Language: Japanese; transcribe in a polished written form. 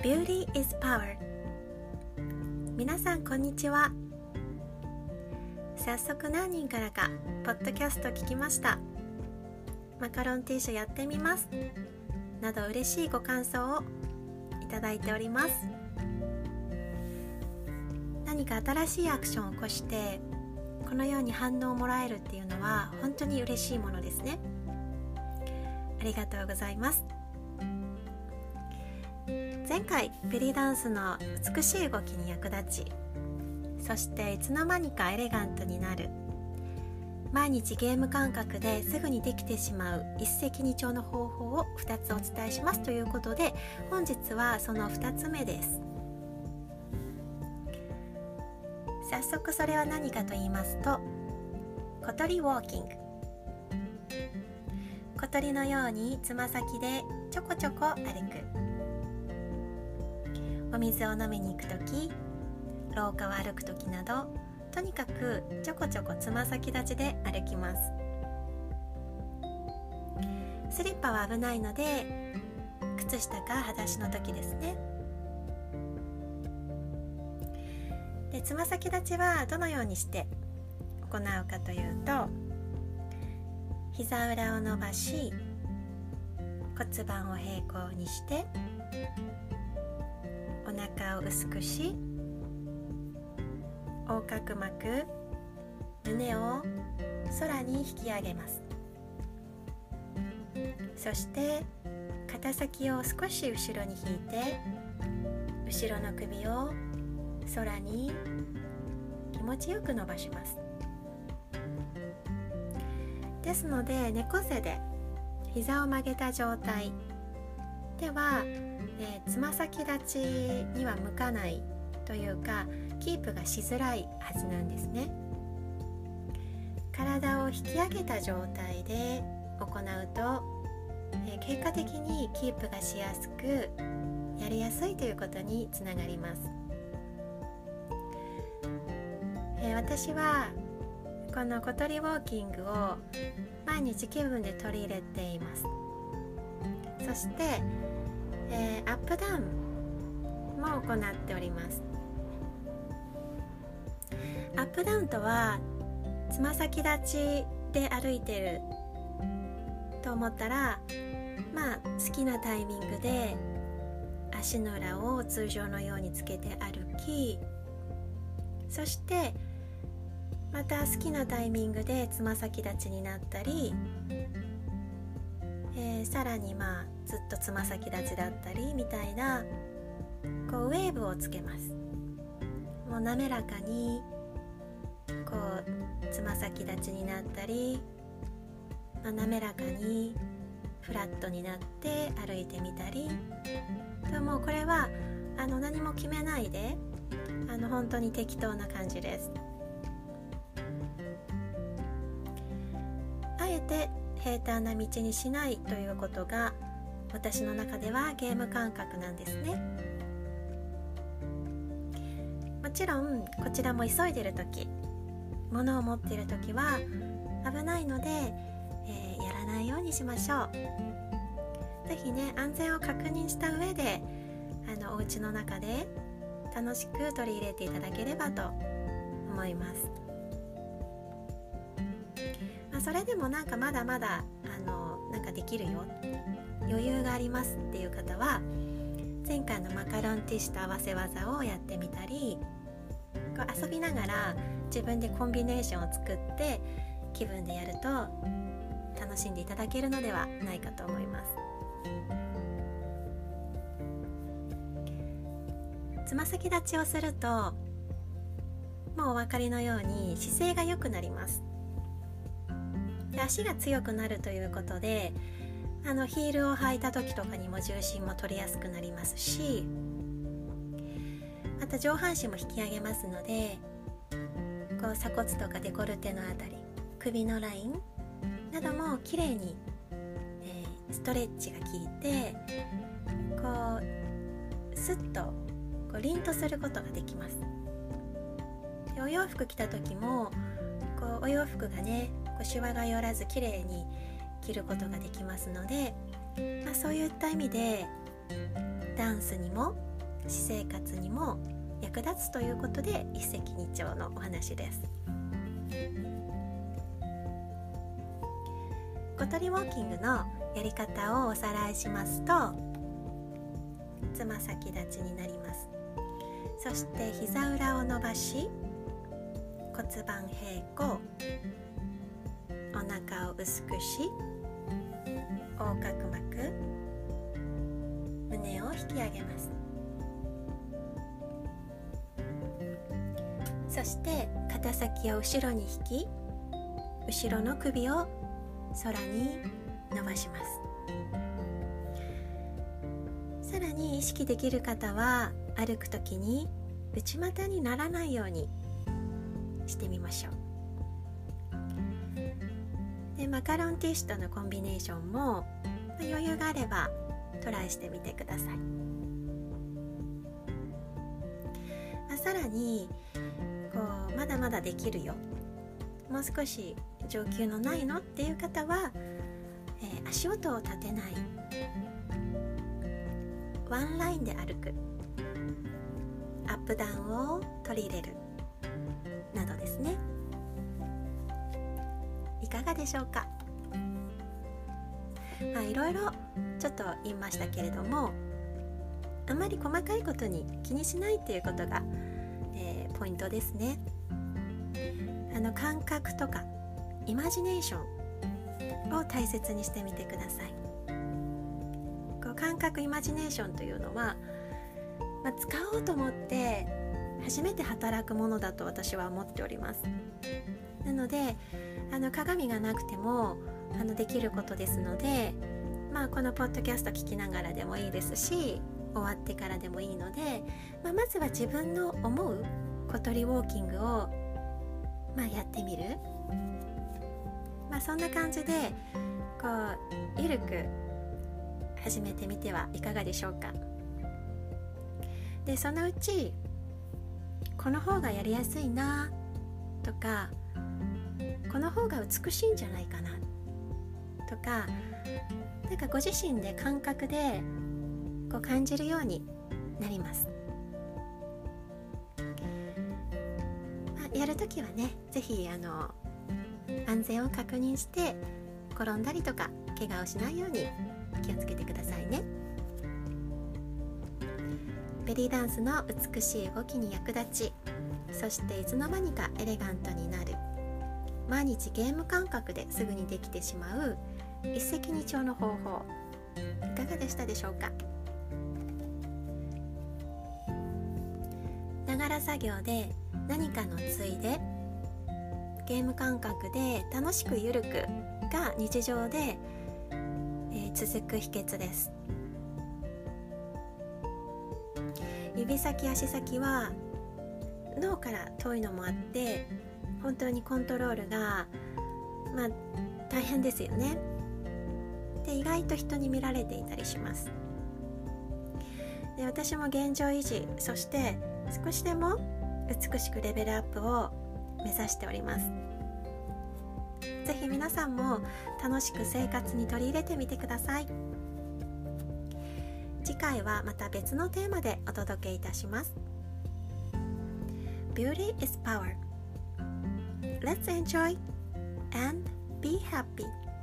Beauty is Power。 皆さんこんにちは。早速何人からかポッドキャスト聞きました、マカロンティッシュやってみますなど嬉しいご感想をいただいております。何か新しいアクションを起こしてこのように反応をもらえるっていうのは本当に嬉しいものですね。ありがとうございます。前回ベリーダンスの美しい動きに役立ち、そしていつの間にかエレガントになる、毎日ゲーム感覚ですぐにできてしまう一石二鳥の方法を2つお伝えしますということで、本日はその2つ目です。早速それは何かと言いますと、小鳥ウォーキング。小鳥のようにつま先でちょこちょこ歩く。お水を飲みに行くとき、廊下を歩くときなど、とにかくちょこちょこつま先立ちで歩きます。スリッパは危ないので、靴下か裸足の時ですね。で、つま先立ちはどのようにして行うかというと、膝裏を伸ばし、骨盤を平行にして、お腹を薄くし、横隔膜、胸を空に引き上げます。そして肩先を少し後ろに引いて、後ろの首を空に気持ちよく伸ばします。ですので、猫背で膝を曲げた状態では、つま先立ちには向かないというか、キープがしづらいはずなんですね。体を引き上げた状態で行うと、結果的にキープがしやすく、やりやすいということにつながります。私はこの小鳥ウォーキングを毎日気分で取り入れています。そして、アップダウンも行っております。アップダウンとは、つま先立ちで歩いてると思ったら、好きなタイミングで足の裏を通常のようにつけて歩き、そしてまた好きなタイミングでつま先立ちになったり、さらにずっとつま先立ちだったりみたいな、ウェーブをつけます。もう滑らかにつま先立ちになったり、滑らかにフラットになって歩いてみたり、もうこれは何も決めないで、本当に適当な感じです。あえて平坦な道にしないということが、私の中ではゲーム感覚なんですね。もちろんこちらも急いでるとき、物を持っているときは危ないので、やらないようにしましょう。ぜひね、安全を確認した上でお家の中で楽しく取り入れていただければと思います。それでもまだまだできるよ、余裕がありますっていう方は、前回のマカロンティッシュと合わせ技をやってみたり、遊びながら自分でコンビネーションを作って気分でやると楽しんでいただけるのではないかと思います。つま先立ちをすると、もうお分かりのように姿勢が良くなります。で、足が強くなるということで、ヒールを履いた時とかにも重心も取りやすくなりますし、また上半身も引き上げますので、鎖骨とかデコルテのあたり、首のラインなどもきれいに、ストレッチが効いて、スッと凛とすることができます。で、お洋服着た時もお洋服がね、シワが寄らずきれいに着ることができますので、そういった意味でダンスにも私生活にも役立つということで一石二鳥のお話です。小鳥ウォーキングのやり方をおさらいしますと、つま先立ちになります。そして膝裏を伸ばし、骨盤平行、お腹を薄くし、横隔膜、胸を引き上げます。そして肩先を後ろに引き、後ろの首を空に伸ばします。さらに意識できる方は歩くときに内股にならないようにしてみましょう。で、マカロンティッシュとのコンビネーションも余裕があればトライしてみてください。さらにまだまだできるよ、もう少し上級のないのっていう方は、足音を立てないワンラインで歩く、アップダウンを取り入れるなどですね。いかがでしょうか。いろいろちょっと言いましたけれども、あまり細かいことに気にしないっていうことが、ポイントですね。感覚とかイマジネーションを大切にしてみてください。感覚イマジネーションというのは、使おうと思って初めて働くものだと私は思っております。なので鏡がなくてもできることですので、このポッドキャスト聞きながらでもいいですし、終わってからでもいいので、まずは自分の思う小鳥ウォーキングをやってみる。そんな感じでゆるく始めてみてはいかがでしょうか。で、そのうちこの方がやりやすいなとか、この方が美しいんじゃないかなとか、ご自身で感覚で感じるようになります。やるときはね、ぜひ安全を確認して転んだりとか怪我をしないように気をつけてくださいね。ベリーダンスの美しい動きに役立ち、そしていつの間にかエレガントになる、毎日ゲーム感覚ですぐにできてしまう一石二鳥の方法、いかがでしたでしょうか。ながら作業で何かのついで、ゲーム感覚で楽しくゆるくが日常で、続く秘訣です。指先足先は脳から遠いのもあって、本当にコントロールが大変ですよね。で、意外と人に見られていたりします。で、私も現状維持、そして少しでも美しくレベルアップを目指しております。ぜひ皆さんも楽しく生活に取り入れてみてください。次回はまた別のテーマでお届けいたします。 Beauty is power. Let's enjoy and be happy.